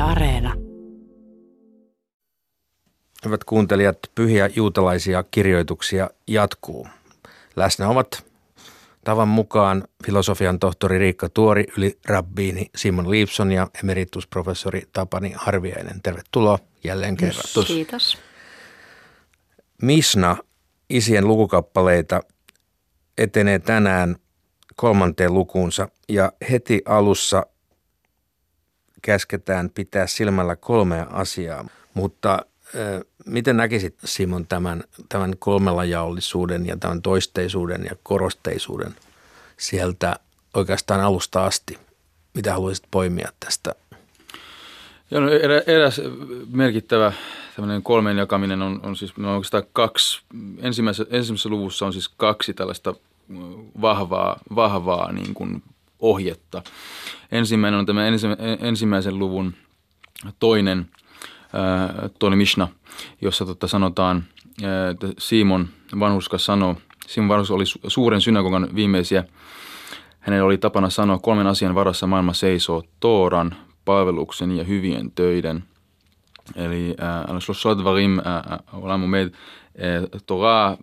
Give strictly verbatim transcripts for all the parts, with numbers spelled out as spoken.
Areena. Hyvät kuuntelijat, pyhiä juutalaisia kirjoituksia jatkuu. Läsnä ovat tavan mukaan filosofian tohtori Riikka Tuori, yli rabbiini Simon Leifson ja emeritusprofessori Tapani Harviainen. Tervetuloa jälleen kerran. Kiitos. Misna, isien lukukappaleita, etenee tänään kolmanteen lukuunsa ja heti alussa käsketään pitää silmällä kolmea asiaa. Mutta äh, miten näkisit, Simon, tämän, tämän kolmelajaollisuuden ja tämän toisteisuuden ja korosteisuuden sieltä oikeastaan alusta asti? Mitä haluaisit poimia tästä? Ja no, erä, eräs merkittävä tämmöinen kolmen jakaminen on, on siis on oikeastaan kaksi. Ensimmäisessä, ensimmäisessä luvussa on siis kaksi tällaista vahvaa, vahvaa niin kuin ohjetta. Ensimmäinen on tämä ensimmäisen luvun toinen, äh, toinen Mishna, jossa tota sanotaan, että Simon vanhurskas sanoo, Simon vanhurskas oli suuren synagogan viimeisiä. Hänellä oli tapana sanoa, kolmen asian varassa maailma seisoo: Tooran, palveluksen ja hyvien töiden. Eli על שלושה דברים העולם עומד, תורה,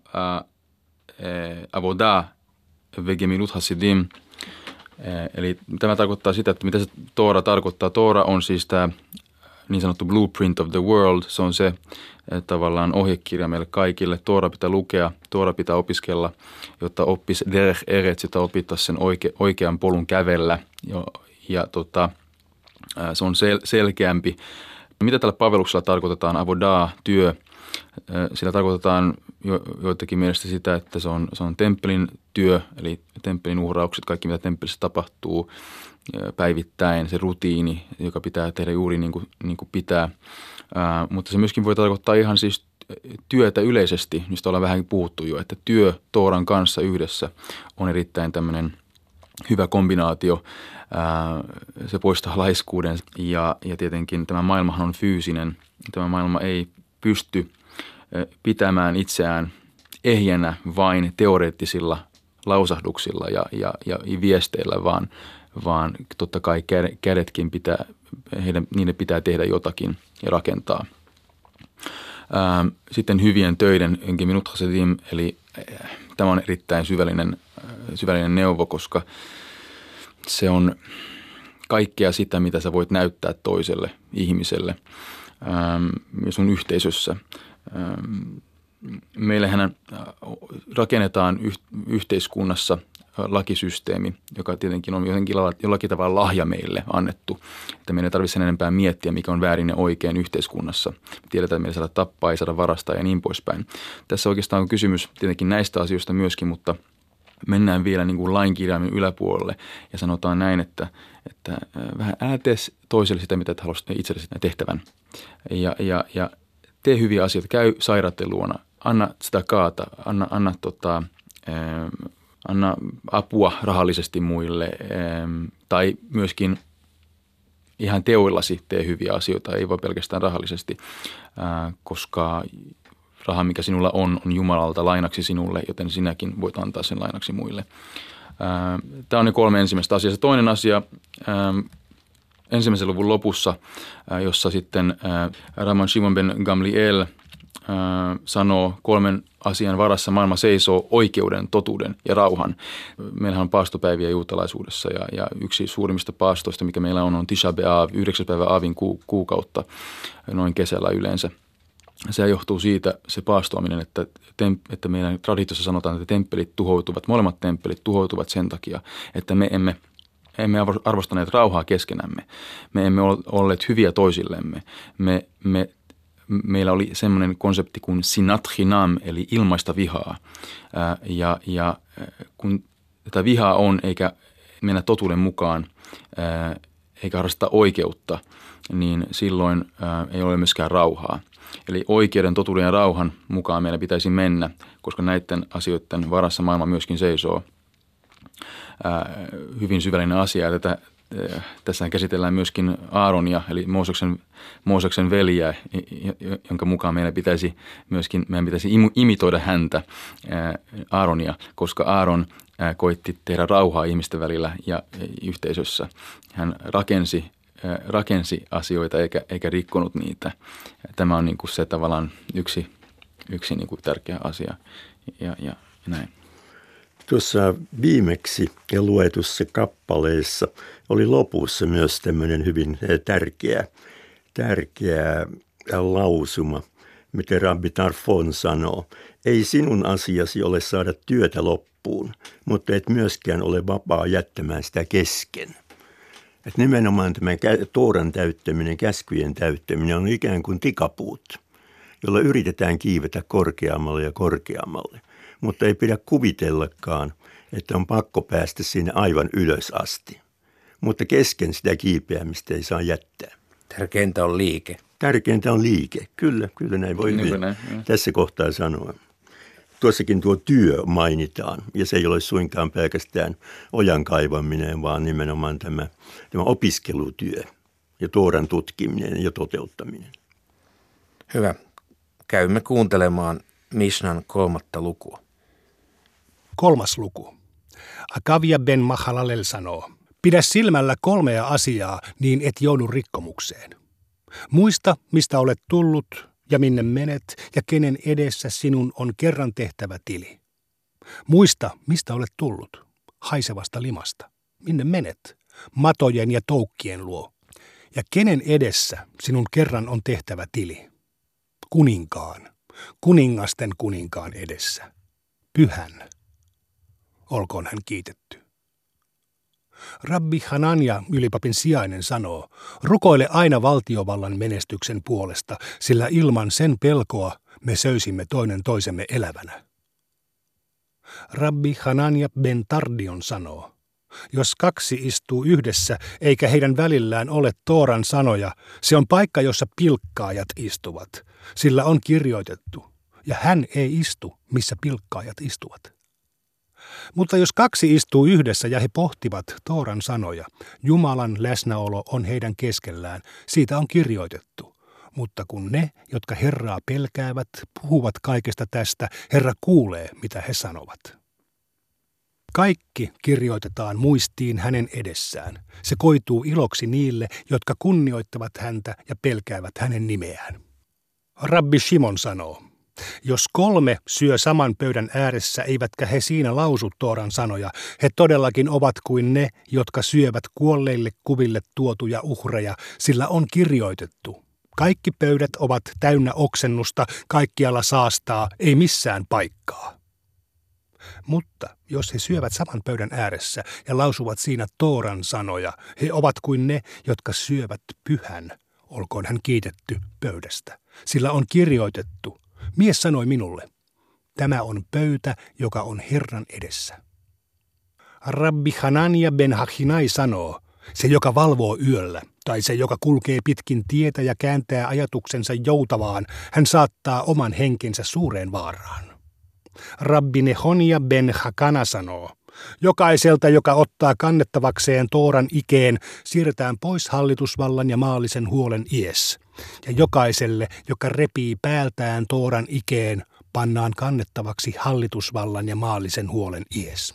עבודה וגמילות חסידים. Eli tämä tarkoittaa sitä, että mitä se Toora tarkoittaa. Toora on siis tämä niin sanottu blueprint of the world. Se on se tavallaan ohjekirja meille kaikille. Toora pitää lukea, Toora pitää opiskella, jotta oppisi derech eretz, jotta opittaisiin sen oike, oikean polun kävellä. Ja, ja tota, se on sel, selkeämpi. Mitä tällä palveluksella tarkoitetaan? Avodaa, työ. Sillä tarkoitetaan jo, joitakin mielestä sitä, että se on, se on temppelin työ, eli temppelin uhraukset, kaikki mitä temppelissä tapahtuu päivittäin, se rutiini, joka pitää tehdä juuri niin kuin, niin kuin pitää. Ää, mutta se myöskin voi tarkoittaa ihan siis työtä yleisesti, mistä ollaan vähän puhuttu jo, että työ Tooran kanssa yhdessä on erittäin tämmöinen hyvä kombinaatio. Ää, se poistaa laiskuuden ja, ja tietenkin tämä maailmahan on fyysinen. Tämä maailma ei pysty pitämään itseään ehjänä vain teoreettisilla lausahduksilla ja, ja, ja viesteillä, vaan, vaan totta kai kädetkin pitää, heidän, niiden pitää tehdä jotakin ja rakentaa. Ää, sitten hyvien töiden, gemilut chasadim, eli äh, tämä on erittäin syvällinen, äh, syvällinen neuvo, koska se on kaikkea sitä, mitä sä voit näyttää toiselle ihmiselle ähm, sun yhteisössä. Ähm, meillähän rakennetaan yh, yhteiskunnassa lakisysteemi, joka tietenkin on jotenkin jollakin tavalla lahja meille annettu, että meidän ei tarvitse sen enempää miettiä, mikä on väärin ja oikein yhteiskunnassa. Me tiedetään, että meillä saada tappaa, ei saada varastaa ja niin poispäin. Tässä oikeastaan on kysymys tietenkin näistä asioista myöskin, mutta mennään vielä niin kuin lainkirjaimen yläpuolelle ja sanotaan näin, että, että vähän älä tee toiselle sitä, mitä et halua itsellesi tehtävän. Ja, ja, ja tee hyviä asioita, käy sairaiden luona, anna sitä kaata, anna, anna, tota, ää, anna apua rahallisesti muille ää, tai myöskin ihan teoillasi tee hyviä asioita, ei voi pelkästään rahallisesti, ää, koska raha, mikä sinulla on, on Jumalalta lainaksi sinulle, joten sinäkin voit antaa sen lainaksi muille. Tämä on ne kolme ensimmäistä asiaa. Se toinen asia ensimmäisen luvun lopussa, jossa sitten Rabban Shimon ben Gamliel sanoo, kolmen asian varassa maailma seisoo: oikeuden, totuuden ja rauhan. Meillähän on paastopäiviä juutalaisuudessa ja, ja yksi suurimmista paastoista, mikä meillä on, on Tisha B'Av, yhdeksäs päivä Aavin ku, kuukautta, noin kesällä yleensä. Se johtuu siitä, se paastoaminen, että, että meidän traditiossa sanotaan, että temppelit tuhoutuvat, molemmat temppelit tuhoutuvat sen takia, että me emme, emme arvostaneet rauhaa keskenämme. Me emme olleet hyviä toisillemme. Me, me, meillä oli semmoinen konsepti kuin sinat chinam, eli ilmaista vihaa. Ää, ja, ja kun tätä vihaa on, eikä mennä totuuden mukaan, ää, eikä harrasta oikeutta, niin silloin ää, ei ole myöskään rauhaa. Eli oikeuden, totuuden ja rauhan mukaan meidän pitäisi mennä, koska näiden asioiden varassa maailma myöskin seisoo. Ää, hyvin syvällinen asia. Tätä, ää, tässä käsitellään myöskin Aaronia, eli Mooseksen, Mooseksen veljeä, jonka mukaan meidän pitäisi myöskin meidän pitäisi imitoida häntä, ää, Aaronia, koska Aaron ää, koitti tehdä rauhaa ihmisten välillä ja yhteisössä. Hän rakensi rakensi asioita eikä, eikä rikkonut niitä. Tämä on niin kuin se tavallaan yksi, yksi niin kuin tärkeä asia ja, ja, ja näin. Tuossa viimeksi luetussa kappaleessa oli lopussa myös tämmöinen hyvin tärkeä, tärkeä lausuma, miten Rabbi Tarfon sanoo. Ei sinun asiasi ole saada työtä loppuun, mutta et myöskään ole vapaa jättämään sitä kesken. Et nimenomaan tämä Tooran täyttäminen, käskyjen täyttäminen on ikään kuin tikapuut, jolla yritetään kiivetä korkeammalle ja korkeammalle. Mutta ei pidä kuvitellakaan, että on pakko päästä sinne aivan ylös asti. Mutta kesken sitä kiipeämistä ei saa jättää. Tärkeintä on liike. Tärkeintä on liike. Kyllä, kyllä näin voi niin näin, tässä kohtaa sanoa. Tuossakin tuo työ mainitaan, ja se ei ole suinkaan pelkästään ojan kaivaminen, vaan nimenomaan tämä, tämä opiskelutyö ja Tooran tutkiminen ja toteuttaminen. Hyvä. Käymme kuuntelemaan Mishnan kolmatta lukua. Kolmas luku. Akavia ben Mahalalel sanoo, pidä silmällä kolmea asiaa, niin et joudu rikkomukseen. Muista, mistä olet tullut ja minne menet ja kenen edessä sinun on kerran tehtävä tili. Muista, mistä olet tullut, haisevasta limasta. Minne menet, matojen ja toukkien luo. Ja kenen edessä sinun kerran on tehtävä tili. Kuninkaan, kuningasten kuninkaan edessä. Pyhän. Olkoon hän kiitetty. Rabbi Hanania, ylipapin sijainen, sanoo, rukoile aina valtiovallan menestyksen puolesta, sillä ilman sen pelkoa me söisimme toinen toisemme elävänä. Rabbi Hanania ben Tardion sanoo, jos kaksi istuu yhdessä eikä heidän välillään ole Tooran sanoja, se on paikka, jossa pilkkaajat istuvat, sillä on kirjoitettu, ja hän ei istu, missä pilkkaajat istuvat. Mutta jos kaksi istuu yhdessä ja he pohtivat Tooran sanoja, Jumalan läsnäolo on heidän keskellään, siitä on kirjoitettu. Mutta kun ne, jotka Herraa pelkäävät, puhuvat kaikesta tästä, Herra kuulee, mitä he sanovat. Kaikki kirjoitetaan muistiin hänen edessään. Se koituu iloksi niille, jotka kunnioittavat häntä ja pelkäävät hänen nimeään. Rabbi Shimon sanoo, jos kolme syö saman pöydän ääressä, eivätkä he siinä lausu Tooran sanoja, he todellakin ovat kuin ne, jotka syövät kuolleille kuville tuotuja uhreja, sillä on kirjoitettu. Kaikki pöydät ovat täynnä oksennusta, kaikkialla saastaa, ei missään paikkaa. Mutta jos he syövät saman pöydän ääressä ja lausuvat siinä Tooran sanoja, he ovat kuin ne, jotka syövät pyhän, olkoon hän kiitetty pöydästä, sillä on kirjoitettu. Mies sanoi minulle, tämä on pöytä, joka on Herran edessä. Rabbi Hanania ben Hachinai sanoo, se joka valvoo yöllä, tai se joka kulkee pitkin tietä ja kääntää ajatuksensa joutavaan, hän saattaa oman henkensä suureen vaaraan. Rabbi Nehonia ben Hakana sanoo, jokaiselta, joka ottaa kannettavakseen Tooran ikeen, siirretään pois hallitusvallan ja maallisen huolen ies. Ja jokaiselle, joka repii päältään Tooran ikeen, pannaan kannettavaksi hallitusvallan ja maallisen huolen ies.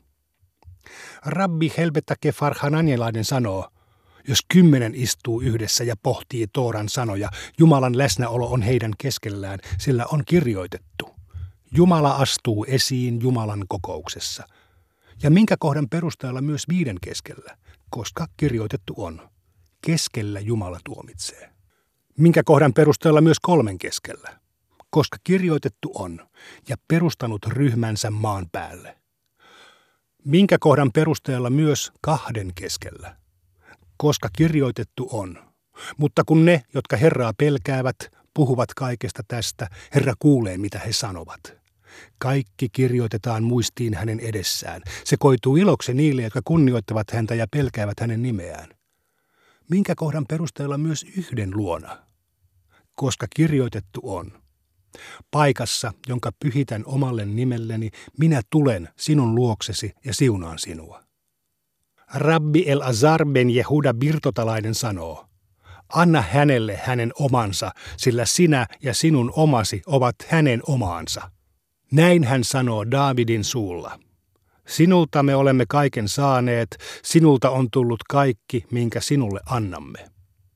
Rabbi Helbetake Farhananialainen sanoo, jos kymmenen istuu yhdessä ja pohtii Tooran sanoja, Jumalan läsnäolo on heidän keskellään, sillä on kirjoitettu. Jumala astuu esiin Jumalan kokouksessa. Ja minkä kohdan perusteella myös viiden keskellä, koska kirjoitettu on. Keskellä Jumala tuomitsee. Minkä kohdan perusteella myös kolmen keskellä, koska kirjoitettu on ja perustanut ryhmänsä maan päälle. Minkä kohdan perusteella myös kahden keskellä, koska kirjoitettu on. Mutta kun ne, jotka Herraa pelkäävät, puhuvat kaikesta tästä, Herra kuulee, mitä he sanovat. Kaikki kirjoitetaan muistiin hänen edessään. Se koituu iloksi niille, jotka kunnioittavat häntä ja pelkäävät hänen nimeään. Minkä kohdan perusteella myös yhden luona? Koska kirjoitettu on. Paikassa, jonka pyhitän omalle nimelleni, minä tulen sinun luoksesi ja siunaan sinua. Rabbi El-Azar ben Jehuda Birtotalainen sanoo, anna hänelle hänen omansa, sillä sinä ja sinun omasi ovat hänen omaansa. Näin hän sanoo Daavidin suulla. Sinulta me olemme kaiken saaneet, sinulta on tullut kaikki, minkä sinulle annamme.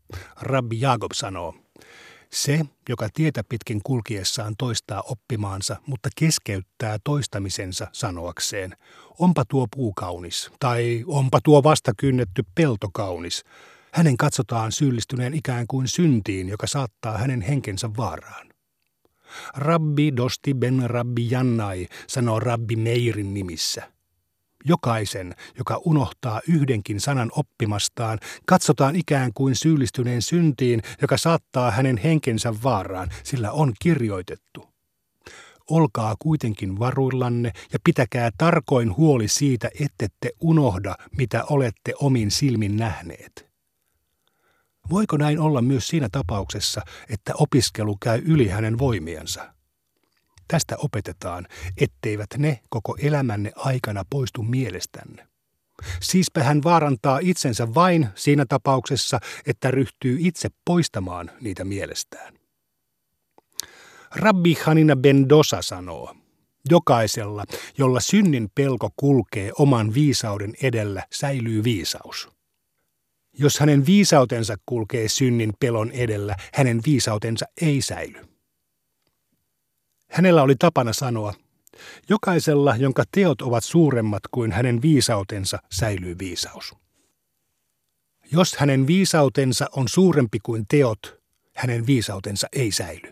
Rabbi Jaakob sanoo, se, joka tietä pitkin kulkiessaan toistaa oppimaansa, mutta keskeyttää toistamisensa sanoakseen, onpa tuo puu kaunis, tai onpa tuo vasta kynnetty pelto kaunis, hänen katsotaan syyllistyneen ikään kuin syntiin, joka saattaa hänen henkensä vaaraan. Rabbi Dosti ben Rabbi Jannai sanoo Rabbi Meirin nimissä. Jokaisen, joka unohtaa yhdenkin sanan oppimastaan, katsotaan ikään kuin syyllistyneen syntiin, joka saattaa hänen henkensä vaaraan, sillä on kirjoitettu. Olkaa kuitenkin varuillanne ja pitäkää tarkoin huoli siitä, ettette unohda, mitä olette omin silmin nähneet. Voiko näin olla myös siinä tapauksessa, että opiskelu käy yli hänen voimiensa? Tästä opetetaan, etteivät ne koko elämänne aikana poistu mielestänne. Siispä hän vaarantaa itsensä vain siinä tapauksessa, että ryhtyy itse poistamaan niitä mielestään. Rabbi Hanina ben Dosa sanoo, jokaisella, jolla synnin pelko kulkee oman viisauden edellä, säilyy viisaus. Jos hänen viisautensa kulkee synnin pelon edellä, hänen viisautensa ei säily. Hänellä oli tapana sanoa, jokaisella, jonka teot ovat suuremmat kuin hänen viisautensa, säilyy viisaus. Jos hänen viisautensa on suurempi kuin teot, hänen viisautensa ei säily.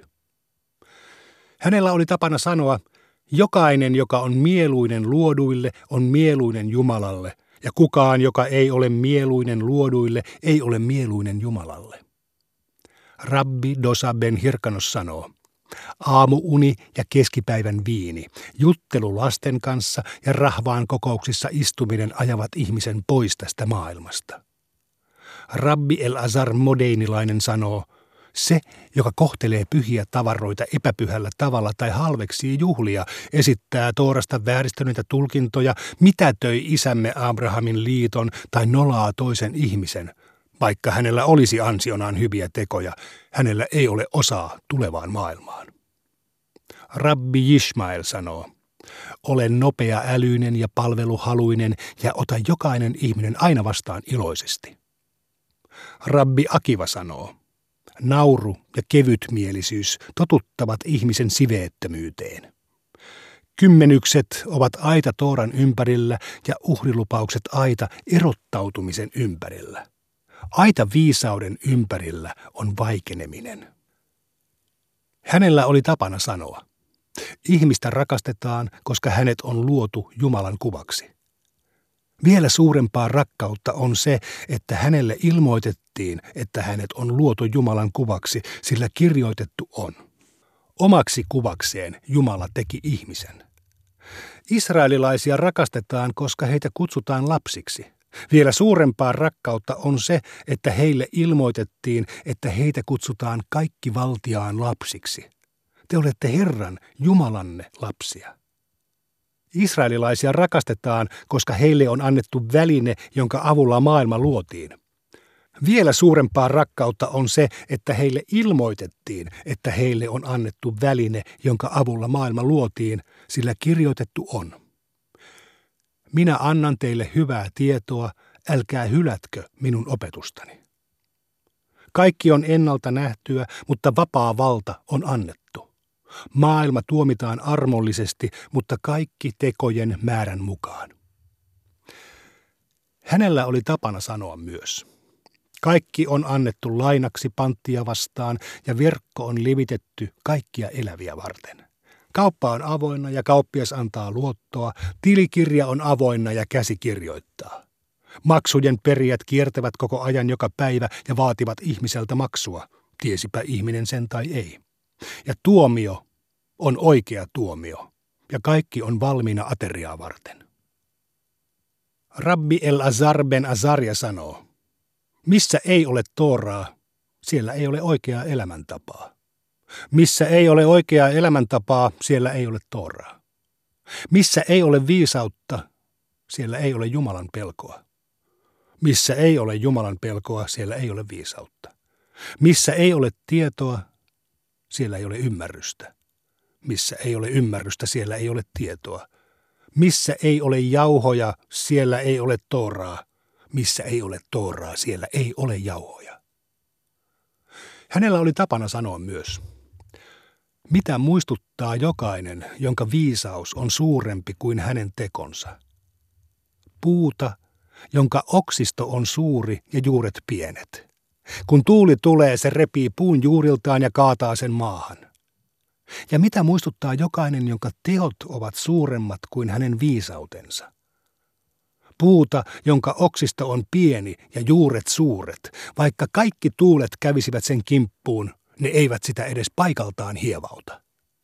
Hänellä oli tapana sanoa, jokainen, joka on mieluinen luoduille, on mieluinen Jumalalle, ja kukaan, joka ei ole mieluinen luoduille, ei ole mieluinen Jumalalle. Rabbi Dosa ben Hirkanos sanoo, aamuuni ja keskipäivän viini, juttelu lasten kanssa ja rahvaan kokouksissa istuminen ajavat ihmisen pois tästä maailmasta. Rabbi El-Azar Modeinilainen sanoo, se, joka kohtelee pyhiä tavaroita epäpyhällä tavalla tai halveksii juhlia, esittää Toorasta vääristyneitä tulkintoja, mitätöi isämme Abrahamin liiton tai nolaa toisen ihmisen. Vaikka hänellä olisi ansionaan hyviä tekoja, hänellä ei ole osaa tulevaan maailmaan. Rabbi Ishmael sanoo, ole nopea älyinen ja palveluhaluinen ja ota jokainen ihminen aina vastaan iloisesti. Rabbi Akiva sanoo, nauru ja kevytmielisyys totuttavat ihmisen siveettömyyteen. Kymmenykset ovat aita Tooran ympärillä ja uhrilupaukset aita erottautumisen ympärillä. Aita viisauden ympärillä on vaikeneminen. Hänellä oli tapana sanoa, ihmistä rakastetaan, koska hänet on luotu Jumalan kuvaksi. Vielä suurempaa rakkautta on se, että hänelle ilmoitettiin, että hänet on luotu Jumalan kuvaksi, sillä kirjoitettu on. Omaksi kuvakseen Jumala teki ihmisen. Israelilaisia rakastetaan, koska heitä kutsutaan lapsiksi. Vielä suurempaa rakkautta on se, että heille ilmoitettiin, että heitä kutsutaan kaikkivaltiaan lapsiksi. Te olette Herran, Jumalanne lapsia. Israelilaisia rakastetaan, koska heille on annettu väline, jonka avulla maailma luotiin. Vielä suurempaa rakkautta on se, että heille ilmoitettiin, että heille on annettu väline, jonka avulla maailma luotiin, sillä kirjoitettu on. Minä annan teille hyvää tietoa, älkää hylätkö minun opetustani. Kaikki on ennalta nähtyä, mutta vapaa valta on annettu. Maailma tuomitaan armollisesti, mutta kaikki tekojen määrän mukaan. Hänellä oli tapana sanoa myös. Kaikki on annettu lainaksi panttia vastaan ja verkko on levitetty kaikkia eläviä varten. Kauppa on avoinna ja kauppias antaa luottoa, tilikirja on avoinna ja käsi kirjoittaa. Maksujen perijät kiertävät koko ajan joka päivä ja vaativat ihmiseltä maksua, tiesipä ihminen sen tai ei. Ja tuomio on oikea tuomio, ja kaikki on valmiina ateriaa varten. Rabbi El-Azar ben Azaria sanoo, missä ei ole Tooraa, siellä ei ole oikeaa elämäntapaa. Missä ei ole oikeaa elämäntapaa, siellä ei ole Tooraa. Missä ei ole viisautta, siellä ei ole Jumalan pelkoa. Missä ei ole Jumalan pelkoa, siellä ei ole viisautta. Missä ei ole tietoa, siellä ei ole ymmärrystä. Missä ei ole ymmärrystä, siellä ei ole tietoa. Missä ei ole jauhoja, siellä ei ole Tooraa. Missä ei ole Tooraa, siellä ei ole jauhoja. Hänellä oli tapana sanoa myös: mitä muistuttaa jokainen, jonka viisaus on suurempi kuin hänen tekonsa? Puuta, jonka oksisto on suuri ja juuret pienet. Kun tuuli tulee, se repii puun juuriltaan ja kaataa sen maahan. Ja mitä muistuttaa jokainen, jonka teot ovat suuremmat kuin hänen viisautensa? Puuta, jonka oksisto on pieni ja juuret suuret. Vaikka kaikki tuulet kävisivät sen kimppuun, ne eivät sitä edes paikaltaan hievauta.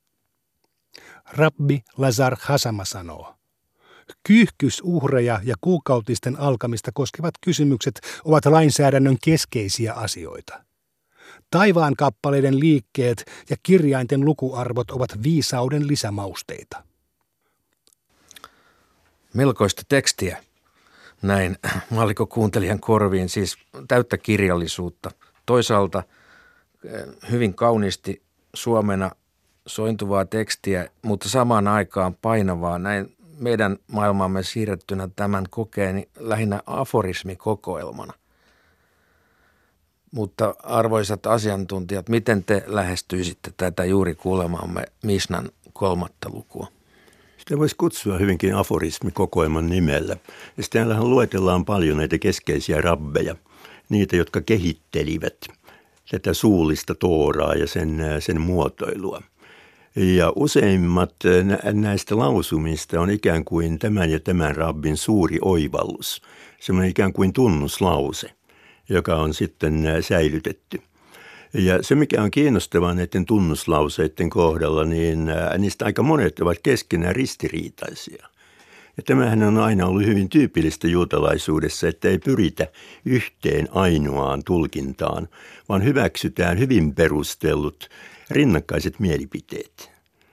Rabbi Lazar Hasama sanoo: kyyhkysuhreja ja kuukautisten alkamista koskevat kysymykset ovat lainsäädännön keskeisiä asioita. Taivaan kappaleiden liikkeet ja kirjainten lukuarvot ovat viisauden lisämausteita. Melkoista tekstiä. Näin maallikkokuuntelijan korviin, siis täyttä kirjallisuutta. Toisaalta hyvin kauniisti suomena sointuvaa tekstiä, mutta samaan aikaan painavaa. Näin meidän maailmaamme siirrettynä tämän kokeen lähinnä aforismikokoelmana. Mutta arvoisat asiantuntijat, miten te lähestyisitte tätä juuri kuulemamme Mishnan kolmatta lukua? Sitä voisi kutsua hyvinkin aforismikokoelman nimellä. Ja täällähän luetellaan paljon näitä keskeisiä rabbeja, niitä, jotka kehittelivät tätä suullista tooraa ja sen, sen muotoilua. Ja useimmat näistä lausumista on ikään kuin tämän ja tämän rabbin suuri oivallus, semmoinen ikään kuin tunnuslause, joka on sitten säilytetty. Ja se, mikä on kiinnostavaa näiden tunnuslauseiden kohdalla, niin niistä aika monet ovat keskenään ristiriitaisia. Ja tämähän on aina ollut hyvin tyypillistä juutalaisuudessa, että ei pyritä yhteen ainoaan tulkintaan, vaan hyväksytään hyvin perustellut rinnakkaiset mielipiteet.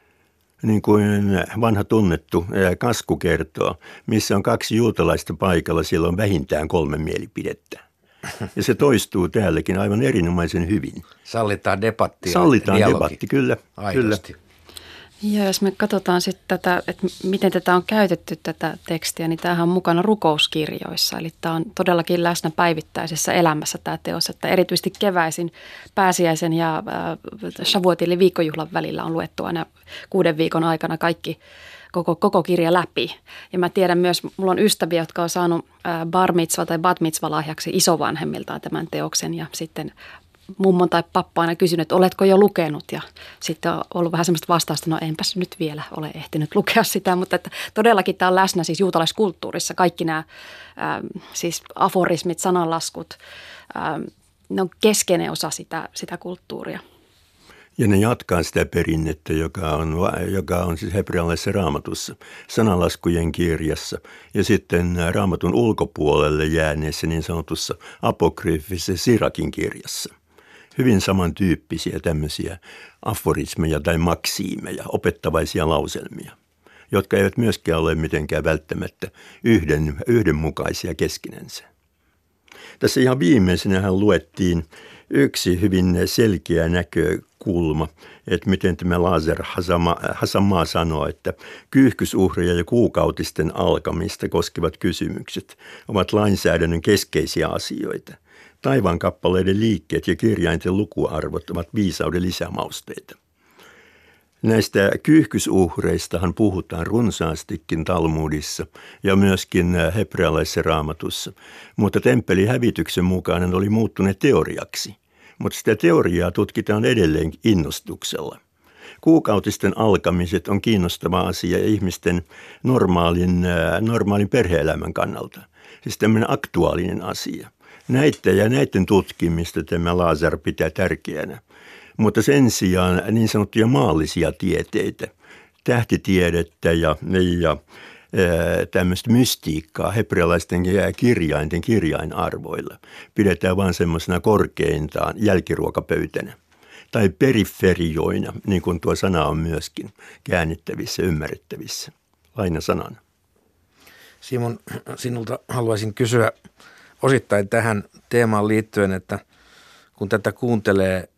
Niin kuin vanha tunnettu kasku kertoo, missä on kaksi juutalaista paikalla, siellä on vähintään kolme mielipidettä. Ja se toistuu täälläkin aivan erinomaisen hyvin. Sallitaan debattia. Sallitaan dialogi. debatti, kyllä. Aidosti. Kyllä. Ja jos me katsotaan sitten tätä, että miten tätä on käytetty tätä tekstiä, niin tämähän on mukana rukouskirjoissa. Eli tämä on todellakin läsnä päivittäisessä elämässä tämä teos, että erityisesti keväisin pääsiäisen ja äh, Shavuotin eli viikkojuhlan välillä on luettu aina kuuden viikon aikana kaikki Koko, koko kirja läpi. Ja mä tiedän myös, mulla on ystäviä, jotka on saanut ää, bar mitzva tai bat mitzva lahjaksi isovanhemmiltaan tämän teoksen. Ja sitten mummon tai pappa aina kysynyt, että oletko jo lukenut? Ja sitten on ollut vähän semmoista vastausta, no enpäs nyt vielä ole ehtinyt lukea sitä. Mutta että todellakin tämä on läsnä siis juutalaiskulttuurissa. Kaikki nämä ää, siis aforismit, sananlaskut, ää, ne on keskeinen osa sitä, sitä kulttuuria. Ja ne jatkaa sitä perinnettä, joka on, joka on siis hebrealaisessa raamatussa, sananlaskujen kirjassa ja sitten raamatun ulkopuolelle jääneessä niin sanotussa apokryfisessä Sirakin kirjassa. Hyvin samantyyppisiä tämmöisiä aforismeja tai maksiimeja, opettavaisia lauselmia, jotka eivät myöskään ole mitenkään välttämättä yhden, yhdenmukaisia keskinänsä. Tässä ihan viimeisenähän luettiin yksi hyvin selkeä näkökulma, että miten tämä Lazar Hasama sanoo, että kyyhkysuhreja ja kuukautisten alkamista koskevat kysymykset ovat lainsäädännön keskeisiä asioita. Taivaan kappaleiden liikkeet ja kirjainten lukuarvot ovat viisauden lisämausteita. Näistä kyyhkysuhreistahan puhutaan runsaastikin Talmudissa ja myöskin hebrealaisessa raamatussa, mutta temppelihävityksen mukaan ne oli muuttuneet teoriaksi, mutta sitä teoriaa tutkitaan edelleen innostuksella. Kuukautisten alkamiset on kiinnostava asia ihmisten normaalin, normaalin perhe-elämän kannalta, siis tämmöinen aktuaalinen asia. Näitä ja näiden tutkimista tämä Lazar pitää tärkeänä. Mutta sen sijaan niin sanottuja maallisia tieteitä, tähtitiedettä ja, ja ää, tämmöistä mystiikkaa hebrealaisten kirjainten kirjainarvoilla pidetään vain semmoisena korkeintaan jälkiruokapöytänä tai periferioina, niin kuin tuo sana on myöskin käännettävissä, ymmärrettävissä lainasanana. Simon, sinulta haluaisin kysyä osittain tähän teemaan liittyen, että kun tätä kuuntelee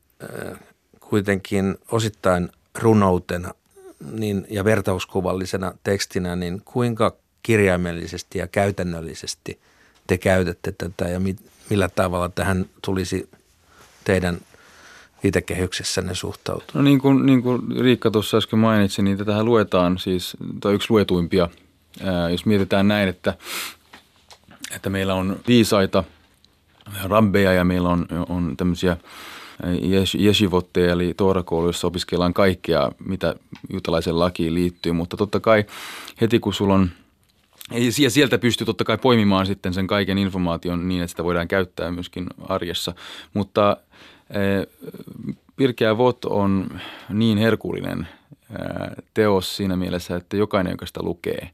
kuitenkin osittain runoutena niin, ja vertauskuvallisena tekstinä, niin kuinka kirjaimellisesti ja käytännöllisesti te käytätte tätä ja mi, millä tavalla tähän tulisi teidän viitekehyksessä ne suhtautuu? No niin kuin, niin kuin Riikka tuossa äsken mainitsi, niin tätähän luetaan siis, tai yksi luetuimpia, ää, jos mietitään näin, että, että meillä on viisaita rabbeja ja meillä on, on tämmöisiä yeshivotteja, eli toorakouluja, jossa opiskellaan kaikkea, mitä juutalaisen lakiin liittyy, mutta totta kai heti kun sulla on, ja sieltä pystyy totta kai poimimaan sitten sen kaiken informaation niin, että sitä voidaan käyttää myöskin arjessa, mutta Pirkei Avot on niin herkullinen teos siinä mielessä, että jokainen, joka sitä lukee,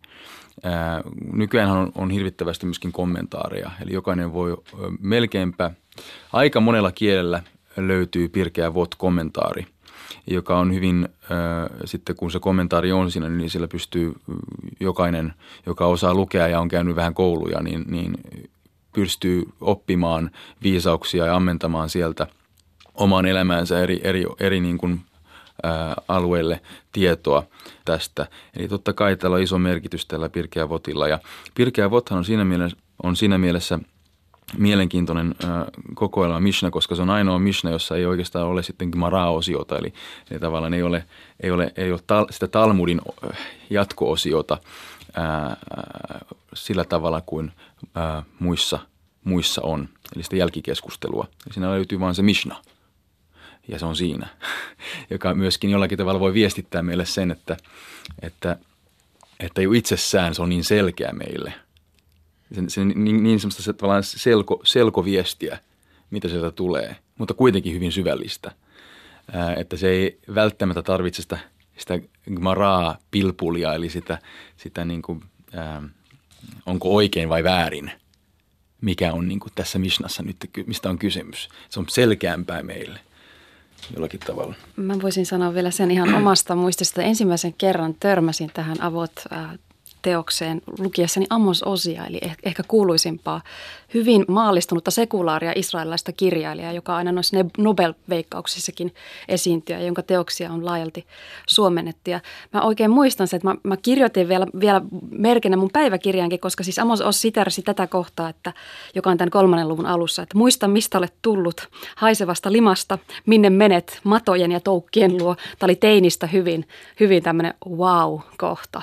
nykyään on, on hirvittävästi myöskin kommentaareja, eli jokainen voi melkeinpä, aika monella kielellä löytyy Pirkei Avot-kommentaari, joka on hyvin, sitten kun se kommentaari on siinä, niin sillä pystyy jokainen, joka osaa lukea ja on käynyt vähän kouluja, niin, niin pystyy oppimaan viisauksia ja ammentamaan sieltä omaan elämäänsä eri, eri, eri niin kuin, ää, alueelle tietoa tästä. Eli totta kai tällä on iso merkitys tällä Pirkei Avotilla. Ja Pirkei Avothan on siinä mielessä, on siinä mielessä mielenkiintoinen ää, kokoelma Mishna, koska se on ainoa Mishna, jossa ei oikeastaan ole sitten Gemara-osiota. Eli, eli tavallaan ei ole, ei ole, ei ole tal, sitä Talmudin jatko-osiota ää, sillä tavalla kuin ää, muissa, muissa on. Eli sitä jälkikeskustelua. Eli siinä löytyy vain se Mishna. Ja se on siinä, joka myöskin jollakin tavalla voi viestittää meille sen, että, että, että jo itsessään se on niin selkeä meille. Se, se, niin, niin semmoista se, tavallaan selko, selkoviestiä, mitä sieltä tulee, mutta kuitenkin hyvin syvällistä. Ää, että se ei välttämättä tarvitse sitä, sitä gmaraa pilpulia, eli sitä, sitä niin kuin, ää, onko oikein vai väärin, mikä on niin kuin tässä Mishnassa nyt, mistä on kysymys. Se on selkeämpää meille. Jollakin tavalla. Mä voisin sanoa vielä sen ihan omasta muistista. Ensimmäisen kerran törmäsin tähän Avot-teokseen lukiessani Amos-Osia, eli ehkä kuuluisimpaa hyvin maallistunutta sekulaaria israelilaista kirjailijaa, joka aina noissa Nobel-veikkauksissakin esiintyy, jonka teoksia on laajalti suomennettu. Ja mä oikein muistan sen, että mä, mä kirjoitin vielä, vielä merkinä mun päiväkirjaankin, koska siis Amos Oz siterasi tätä kohtaa, että, joka on tämän kolmannen luvun alussa, että muista mistä olet tullut, haisevasta limasta, minne menet, matojen ja toukkien luo. Tämä oli teinistä hyvin, hyvin tämmöinen wow-kohta.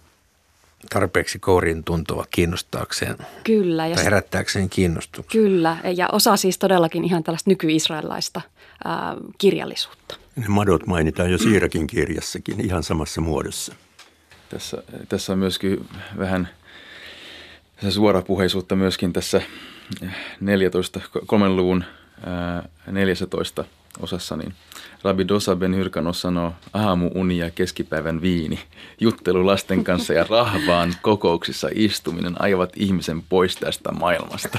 Tarpeeksi kouriin tuntuva kiinnostaakseen. Kyllä. Ja tai herättääkseen kiinnostuksen. Kyllä, ja osa siis todellakin ihan tällaista nyky-israelilaista ää, kirjallisuutta. Ne madot mainitaan jo Siirakin kirjassakin ihan samassa muodossa. Tässä, tässä on myöskin vähän suorapuheisuutta myöskin tässä neljätoista, kolmen luvun ää, neljätoista osassa, niin Rabbi Dosa Ben Hyrkano sanoo, aamu uni ja keskipäivän viini, juttelu lasten kanssa ja rahvaan kokouksissa istuminen ajavat ihmisen pois tästä maailmasta.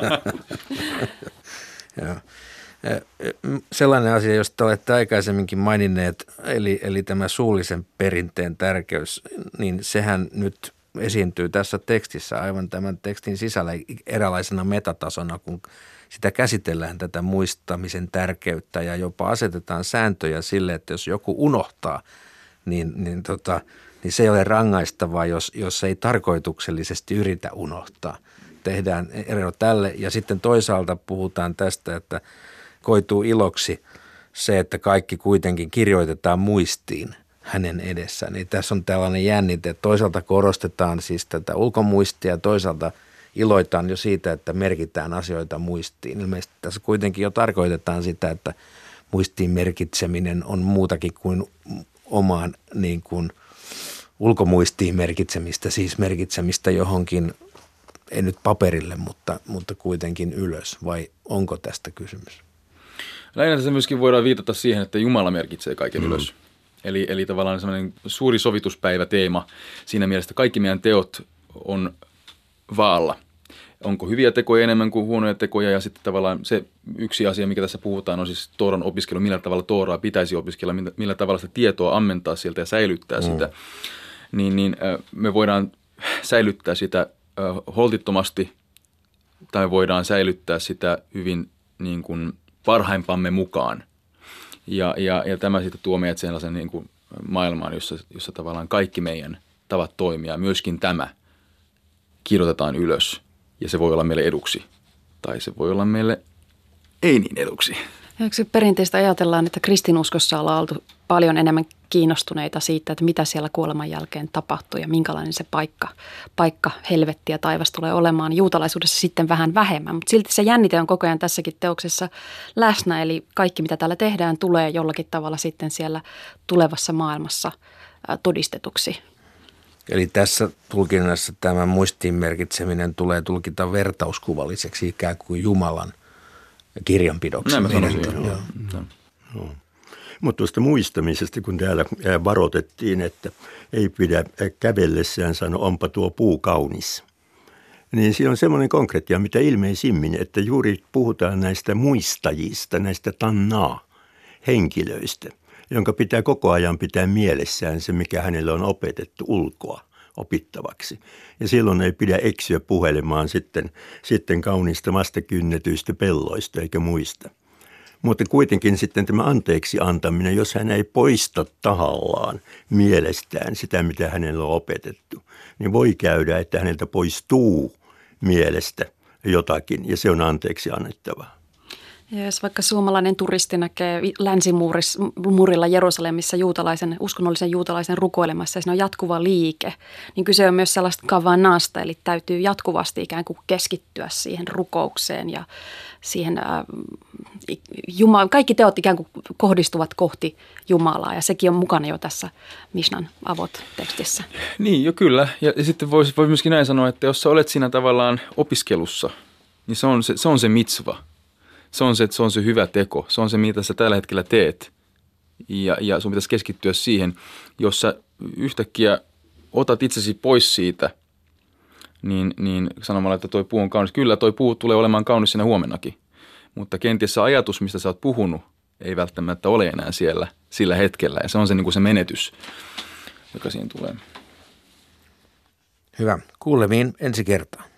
Sellainen asia, josta olette aikaisemminkin maininneet, eli, eli tämä suullisen perinteen tärkeys, niin sehän nyt esiintyy tässä tekstissä aivan tämän tekstin sisällä eräänlaisena metatasona, kun sitä käsitellään tätä muistamisen tärkeyttä ja jopa asetetaan sääntöjä sille, että jos joku unohtaa, niin, niin, tota, niin se ei ole rangaistavaa, jos, jos ei tarkoituksellisesti yritä unohtaa. Tehdään ero tälle ja sitten toisaalta puhutaan tästä, että koituu iloksi se, että kaikki kuitenkin kirjoitetaan muistiin hänen edessään. Niin tässä on tällainen jännite, että toisaalta korostetaan siis tätä ulkomuistia ja toisaalta iloitaan jo siitä, että merkitään asioita muistiin. Ilmeisesti tässä kuitenkin jo tarkoitetaan sitä, että muistiin merkitseminen on muutakin kuin omaan niin kuin ulkomuistiin merkitsemistä, siis merkitsemistä johonkin, ei nyt paperille, mutta, mutta kuitenkin ylös. Vai onko tästä kysymys? Lähinnä tässä myöskin voidaan viitata siihen, että Jumala merkitsee kaiken mm. ylös. Eli, eli tavallaan sellainen suuri sovituspäivä teema siinä mielessä, että kaikki meidän teot on vaalla. Onko hyviä tekoja enemmän kuin huonoja tekoja ja sitten tavallaan se yksi asia, mikä tässä puhutaan, on siis Tooran opiskelu, millä tavalla Tooraa pitäisi opiskella, millä tavalla sitä tietoa ammentaa sieltä ja säilyttää mm. sitä. Niin, niin me voidaan säilyttää sitä holtittomasti tai voidaan säilyttää sitä hyvin niin kuin parhaimpamme mukaan. Ja, ja, ja tämä sitten tuo meidät sellaisen niin kuin maailmaan, jossa, jossa tavallaan kaikki meidän tavat toimia, myöskin tämä, kirjoitetaan ylös. Ja se voi olla meille eduksi tai se voi olla meille ei niin eduksi. Eikö se perinteistä ajatellaan, että kristinuskossa ollaan oltu paljon enemmän kiinnostuneita siitä, että mitä siellä kuoleman jälkeen tapahtuu ja minkälainen se paikka, paikka helvetti ja taivas tulee olemaan. Juutalaisuudessa sitten vähän vähemmän, mutta silti se jännite on koko ajan tässäkin teoksessa läsnä. Eli kaikki, mitä täällä tehdään, tulee jollakin tavalla sitten siellä tulevassa maailmassa todistetuksi. Eli tässä tulkinnassa tämä muistiin merkitseminen tulee tulkita vertauskuvalliseksi ikään kuin Jumalan kirjanpidoksi. Näin mä sanoisin, joo. Joo. Joo. Mutta tuosta muistamisesta, kun täällä varoitettiin, että ei pidä kävellessään sanoa, onpa tuo puu kaunis, niin siinä on semmoinen konkreettia, mitä ilmeisimmin, että juuri puhutaan näistä muistajista, näistä tannaa henkilöistä, jonka pitää koko ajan pitää mielessään se, mikä hänelle on opetettu ulkoa opittavaksi. Ja silloin ei pidä eksyä puhelemaan sitten, sitten kauniista vastakynnetyistä pelloista eikä muista. Mutta kuitenkin sitten tämä anteeksi antaminen, jos hän ei poista tahallaan mielestään sitä, mitä hänellä on opetettu, niin voi käydä, että häneltä poistuu mielestä jotakin ja se on anteeksi annettavaa. Ja jos vaikka suomalainen turisti näkee länsimurilla Jerusalemissa juutalaisen, uskonnollisen juutalaisen rukoilemassa ja siinä on jatkuva liike, niin kyse on myös sellaista kavanasta, eli täytyy jatkuvasti ikään kuin keskittyä siihen rukoukseen ja siihen, äh, Jumala, kaikki teot ikään kuin kohdistuvat kohti Jumalaa ja sekin on mukana jo tässä Mishnan avot-tekstissä. Niin, jo kyllä. Ja, ja sitten voisi voi myöskin näin sanoa, että jos sä olet siinä tavallaan opiskelussa, niin se on se, se, on se mitzva. Se on se, se on se hyvä teko. Se on se, mitä sä tällä hetkellä teet. Ja, ja sun pitäisi keskittyä siihen, jos sä yhtäkkiä otat itsesi pois siitä, niin, niin sanomalla, että toi puu on kaunis. Kyllä, toi puu tulee olemaan kaunis siinä huomennakin. Mutta kenties se ajatus, mistä sä oot puhunut, ei välttämättä ole enää siellä sillä hetkellä. Ja se on se, niin kuin se menetys, joka siinä tulee. Hyvä. Kuulemiin ensi kertaa.